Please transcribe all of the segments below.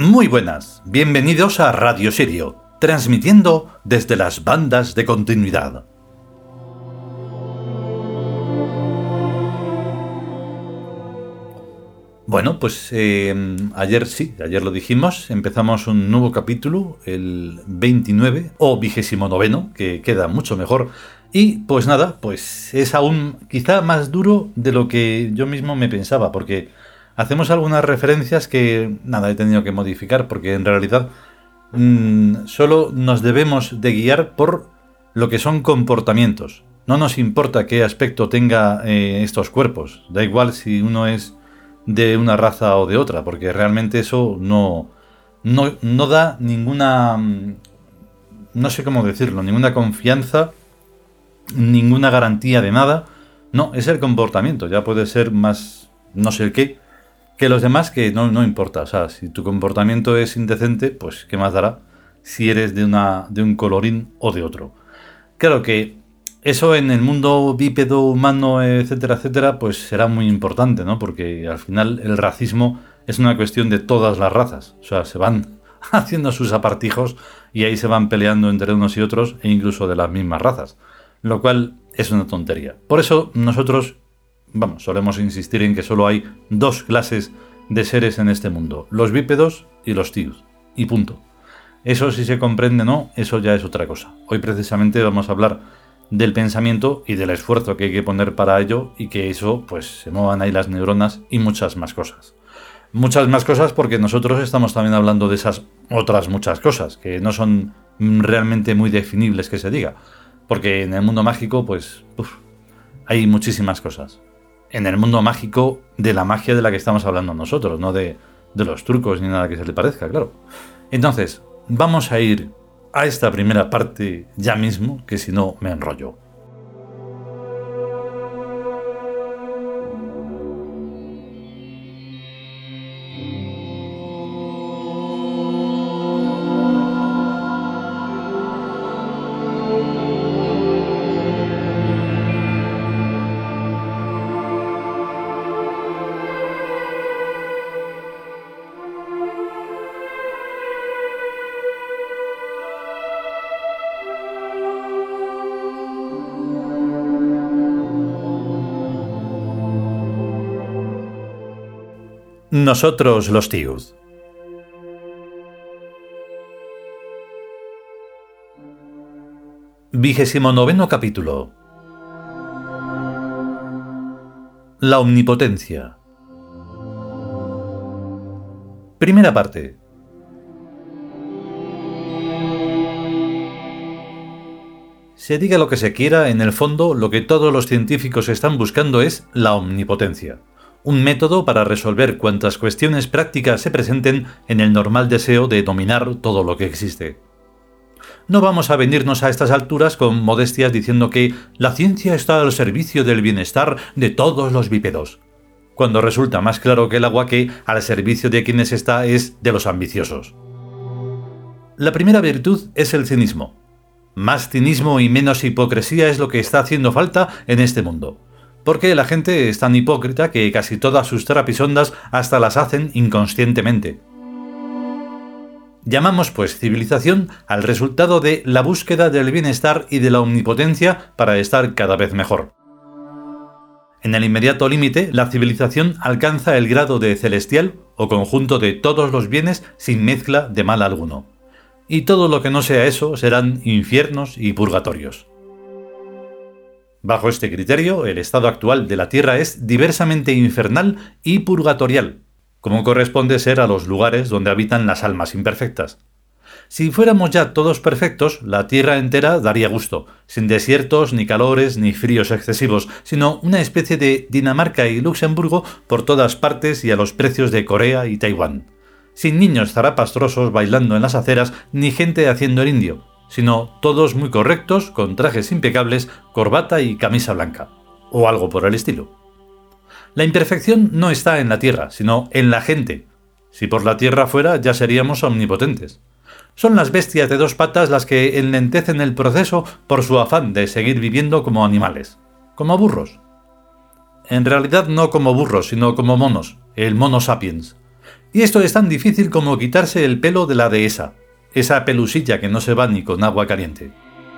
Muy buenas, bienvenidos a Radio Sirio, transmitiendo desde las bandas de continuidad. Bueno, pues ayer lo dijimos, empezamos un nuevo capítulo, el 29 o 29, que queda mucho mejor. Y pues nada, pues es aún quizá más duro de lo que yo mismo me pensaba, porque hacemos algunas referencias que nada, he tenido que modificar, porque en realidad solo nos debemos de guiar por lo que son comportamientos. No nos importa qué aspecto tenga estos cuerpos, da igual si uno es de una raza o de otra, porque realmente eso no da ninguna, no sé cómo decirlo, ninguna confianza, ninguna garantía de nada. No, es el comportamiento, ya puede ser más no sé qué que los demás, que no importa. O sea, si tu comportamiento es indecente, pues qué más dará si eres de un colorín o de otro. Claro que eso en el mundo bípedo, humano, etcétera, etcétera, pues será muy importante, ¿no? Porque al final el racismo es una cuestión de todas las razas. O sea, se van haciendo sus apartijos y ahí se van peleando entre unos y otros, e incluso de las mismas razas. Lo cual es una tontería. Por eso nosotros, solemos insistir en que solo hay dos clases de seres en este mundo: los bípedos y los tíos. Y punto. Eso, si se comprende o no, eso ya es otra cosa. Hoy precisamente vamos a hablar del pensamiento y del esfuerzo que hay que poner para ello, y que eso, pues, se muevan ahí las neuronas y muchas más cosas. Muchas más cosas, porque nosotros estamos también hablando de esas otras muchas cosas, que no son realmente muy definibles que se diga. Porque en el mundo mágico, pues, hay muchísimas cosas. En el mundo mágico de la magia de la que estamos hablando nosotros, no de los trucos ni nada que se le parezca, claro. Entonces, vamos a ir a esta primera parte ya mismo, que si no me enrollo. Nosotros los tíos. Vigésimo-noveno capítulo. La omnipotencia. Primera parte. Se diga lo que se quiera, en el fondo lo que todos los científicos están buscando es la omnipotencia. Un método para resolver cuantas cuestiones prácticas se presenten en el normal deseo de dominar todo lo que existe. No vamos a venirnos a estas alturas con modestias diciendo que la ciencia está al servicio del bienestar de todos los bípedos, cuando resulta más claro que el agua que al servicio de quienes está es de los ambiciosos. La primera virtud es el cinismo. Más cinismo y menos hipocresía es lo que está haciendo falta en este mundo. Porque la gente es tan hipócrita que casi todas sus trapisondas hasta las hacen inconscientemente. Llamamos, pues, civilización al resultado de la búsqueda del bienestar y de la omnipotencia para estar cada vez mejor. En el inmediato límite, la civilización alcanza el grado de celestial o conjunto de todos los bienes sin mezcla de mal alguno. Y todo lo que no sea eso serán infiernos y purgatorios. Bajo este criterio, el estado actual de la Tierra es diversamente infernal y purgatorial, como corresponde ser a los lugares donde habitan las almas imperfectas. Si fuéramos ya todos perfectos, la Tierra entera daría gusto, sin desiertos, ni calores, ni fríos excesivos, sino una especie de Dinamarca y Luxemburgo por todas partes y a los precios de Corea y Taiwán. Sin niños zarapastrosos bailando en las aceras, ni gente haciendo el indio, sino todos muy correctos, con trajes impecables, corbata y camisa blanca, o algo por el estilo. La imperfección no está en la Tierra, sino en la gente. Si por la Tierra fuera, ya seríamos omnipotentes. Son las bestias de dos patas las que enlentecen el proceso por su afán de seguir viviendo como animales, como burros. En realidad no como burros, sino como monos, el Mono sapiens, Y esto es tan difícil como quitarse el pelo de la dehesa, esa pelusilla que no se va ni con agua caliente.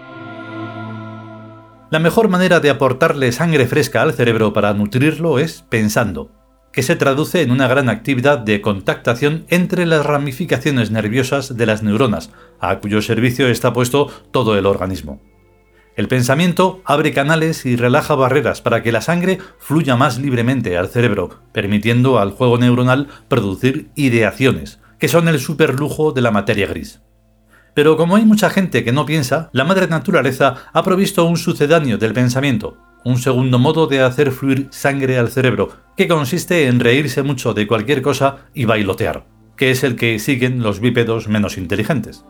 La mejor manera de aportarle sangre fresca al cerebro para nutrirlo es pensando, que se traduce en una gran actividad de contactación entre las ramificaciones nerviosas de las neuronas, a cuyo servicio está puesto todo el organismo. El pensamiento abre canales y relaja barreras para que la sangre fluya más libremente al cerebro, permitiendo al juego neuronal producir ideaciones, que son el superlujo de la materia gris. Pero como hay mucha gente que no piensa, la madre naturaleza ha provisto un sucedáneo del pensamiento, un segundo modo de hacer fluir sangre al cerebro, que consiste en reírse mucho de cualquier cosa y bailotear, que es el que siguen los bípedos menos inteligentes.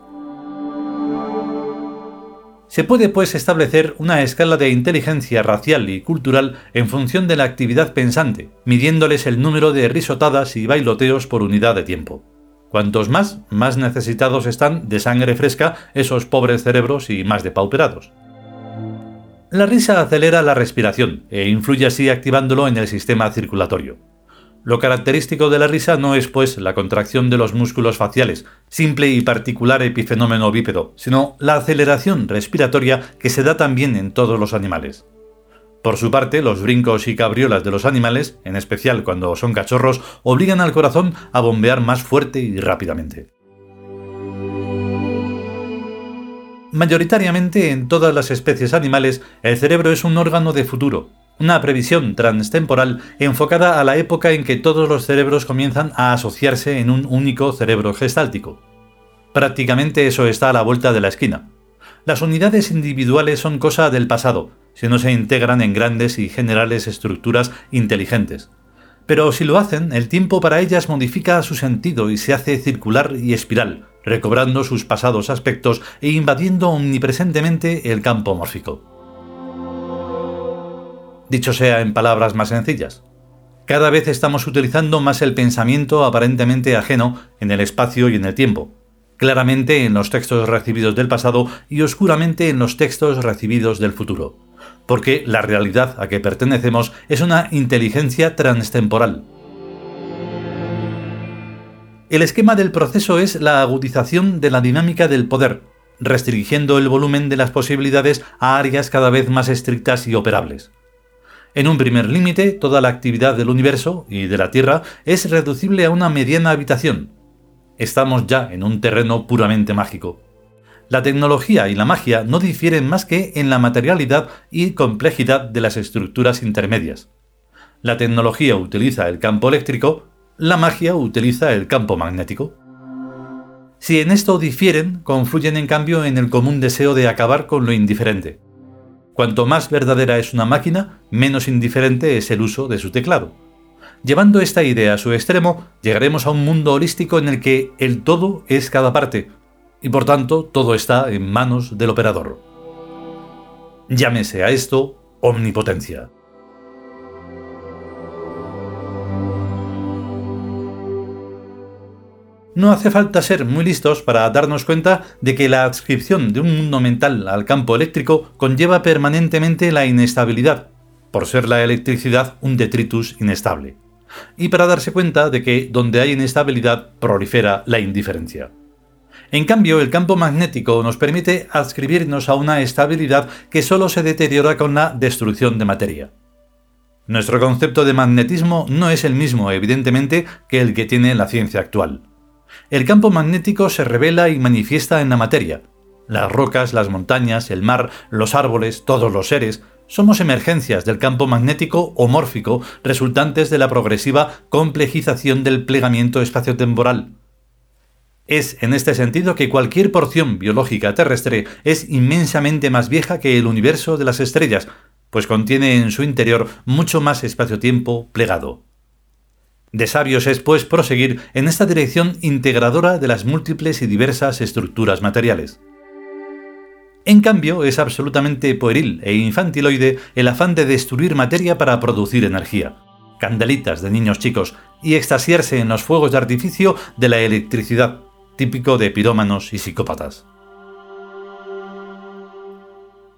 Se puede pues establecer una escala de inteligencia racial y cultural en función de la actividad pensante, midiéndoles el número de risotadas y bailoteos por unidad de tiempo. Cuantos más necesitados están de sangre fresca esos pobres cerebros y más depauperados. La risa acelera la respiración e influye así activándolo en el sistema circulatorio. Lo característico de la risa no es, pues, la contracción de los músculos faciales, simple y particular epifenómeno bípedo, sino la aceleración respiratoria que se da también en todos los animales. Por su parte, los brincos y cabriolas de los animales, en especial cuando son cachorros, obligan al corazón a bombear más fuerte y rápidamente. Mayoritariamente en todas las especies animales, el cerebro es un órgano de futuro, una previsión transtemporal enfocada a la época en que todos los cerebros comienzan a asociarse en un único cerebro gestáltico. Prácticamente eso está a la vuelta de la esquina. Las unidades individuales son cosa del pasado, si no se integran en grandes y generales estructuras inteligentes. Pero si lo hacen, el tiempo para ellas modifica su sentido y se hace circular y espiral, recobrando sus pasados aspectos e invadiendo omnipresentemente el campo mórfico. Dicho sea en palabras más sencillas, cada vez estamos utilizando más el pensamiento aparentemente ajeno en el espacio y en el tiempo, claramente en los textos recibidos del pasado y oscuramente en los textos recibidos del futuro, porque la realidad a que pertenecemos es una inteligencia transtemporal. El esquema del proceso es la agudización de la dinámica del poder, restringiendo el volumen de las posibilidades a áreas cada vez más estrictas y operables. En un primer límite, toda la actividad del universo y de la Tierra es reducible a una mediana habitación. Estamos ya en un terreno puramente mágico. La tecnología y la magia no difieren más que en la materialidad y complejidad de las estructuras intermedias. La tecnología utiliza el campo eléctrico, la magia utiliza el campo magnético. Si en esto difieren, confluyen en cambio en el común deseo de acabar con lo indiferente. Cuanto más verdadera es una máquina, menos indiferente es el uso de su teclado. Llevando esta idea a su extremo, llegaremos a un mundo holístico en el que el todo es cada parte, y por tanto todo está en manos del operador. Llámese a esto omnipotencia. No hace falta ser muy listos para darnos cuenta de que la adscripción de un mundo mental al campo eléctrico conlleva permanentemente la inestabilidad, por ser la electricidad un detritus inestable, y para darse cuenta de que donde hay inestabilidad prolifera la indiferencia. En cambio, el campo magnético nos permite adscribirnos a una estabilidad que solo se deteriora con la destrucción de materia. Nuestro concepto de magnetismo no es el mismo, evidentemente, que el que tiene la ciencia actual. El campo magnético se revela y manifiesta en la materia. Las rocas, las montañas, el mar, los árboles, todos los seres, somos emergencias del campo magnético o mórfico resultantes de la progresiva complejización del plegamiento espaciotemporal. Es en este sentido que cualquier porción biológica terrestre es inmensamente más vieja que el universo de las estrellas, pues contiene en su interior mucho más espacio-tiempo plegado. De sabios es, pues, proseguir en esta dirección integradora de las múltiples y diversas estructuras materiales. En cambio, es absolutamente pueril e infantiloide el afán de destruir materia para producir energía, candelitas de niños chicos, y extasiarse en los fuegos de artificio de la electricidad, típico de pirómanos y psicópatas.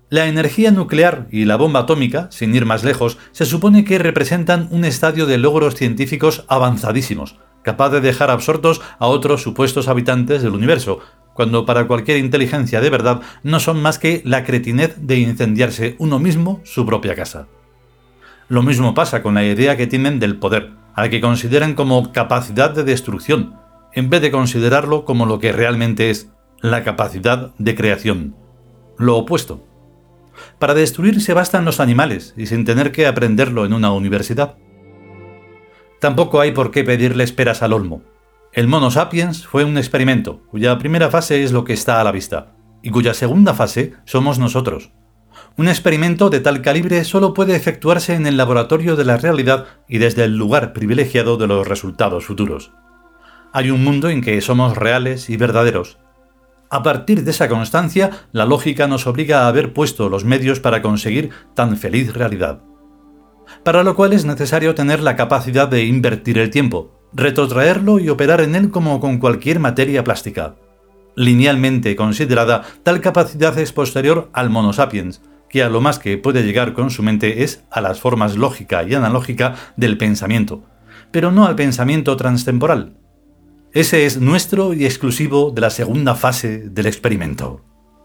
La energía nuclear y la bomba atómica, sin ir más lejos, se supone que representan un estadio de logros científicos avanzadísimos, capaz de dejar absortos a otros supuestos habitantes del universo, cuando para cualquier inteligencia de verdad no son más que la cretinez de incendiarse uno mismo su propia casa. Lo mismo pasa con la idea que tienen del poder, a la que consideran como capacidad de destrucción, en vez de considerarlo como lo que realmente es, la capacidad de creación. Lo opuesto. Para destruir se bastan los animales y sin tener que aprenderlo en una universidad. Tampoco hay por qué pedirle peras al olmo. El Mono Sapiens fue un experimento, cuya primera fase es lo que está a la vista, y cuya segunda fase somos nosotros. Un experimento de tal calibre solo puede efectuarse en el laboratorio de la realidad y desde el lugar privilegiado de los resultados futuros. Hay un mundo en que somos reales y verdaderos. A partir de esa constancia, la lógica nos obliga a haber puesto los medios para conseguir tan feliz realidad. Para lo cual es necesario tener la capacidad de invertir el tiempo, retrotraerlo y operar en él como con cualquier materia plástica. Linealmente considerada, tal capacidad es posterior al Mono Sapiens, que a lo más que puede llegar con su mente es a las formas lógica y analógica del pensamiento, pero no al pensamiento transtemporal. Ese es nuestro y exclusivo de la segunda fase del experimento.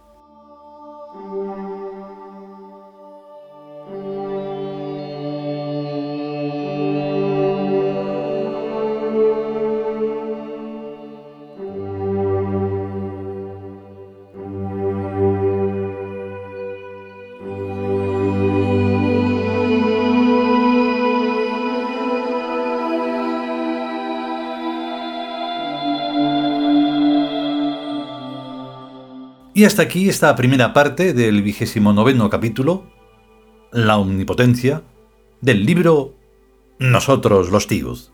Y hasta aquí esta primera parte del 29º capítulo, La omnipotencia, del libro Nosotros los tíos.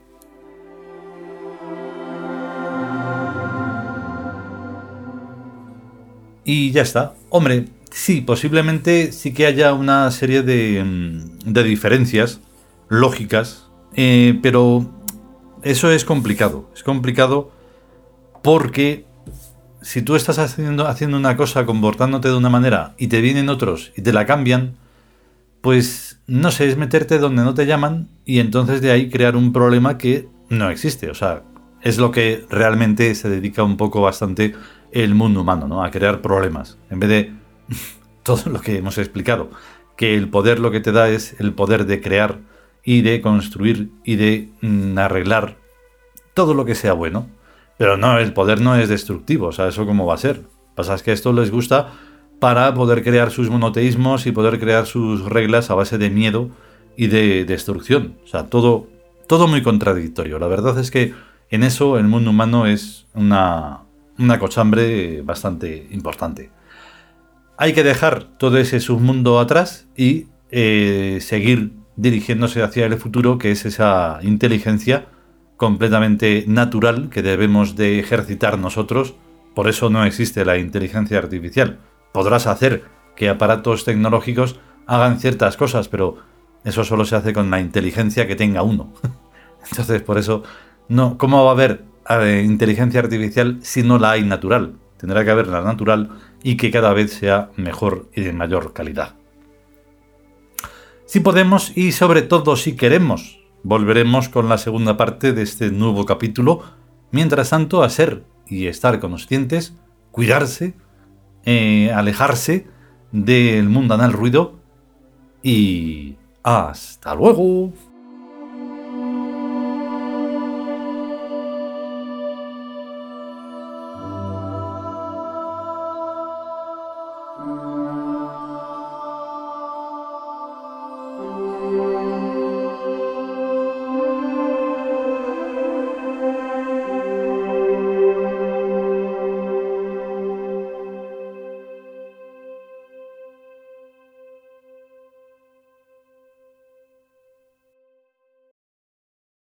Y ya está. Hombre, sí, posiblemente sí que haya una serie de diferencias lógicas, pero eso es complicado. Es complicado porque si tú estás haciendo una cosa, comportándote de una manera, y te vienen otros y te la cambian, pues no sé, es meterte donde no te llaman y entonces de ahí crear un problema que no existe. O sea, es lo que realmente se dedica un poco bastante el mundo humano, ¿no? A crear problemas. En vez de todo lo que hemos explicado. Que el poder lo que te da es el poder de crear y de construir y de arreglar todo lo que sea bueno. Pero no, el poder no es destructivo, o sea, ¿eso cómo va a ser? Pasa es que esto les gusta para poder crear sus monoteísmos y poder crear sus reglas a base de miedo y de destrucción. O sea, todo muy contradictorio. La verdad es que en eso el mundo humano es una cochambre bastante importante. Hay que dejar todo ese submundo atrás y seguir dirigiéndose hacia el futuro, que es esa inteligencia completamente natural que debemos de ejercitar nosotros. Por eso no existe la inteligencia artificial. Podrás hacer que aparatos tecnológicos hagan ciertas cosas, pero eso solo se hace con la inteligencia que tenga uno. Entonces, por eso, no, ¿cómo va a haber inteligencia artificial si no la hay natural? Tendrá que haber la natural y que cada vez sea mejor y de mayor calidad. Si podemos y sobre todo si queremos, volveremos con la segunda parte de este nuevo capítulo. Mientras tanto, a ser y estar conscientes, cuidarse, alejarse del mundanal ruido y hasta luego.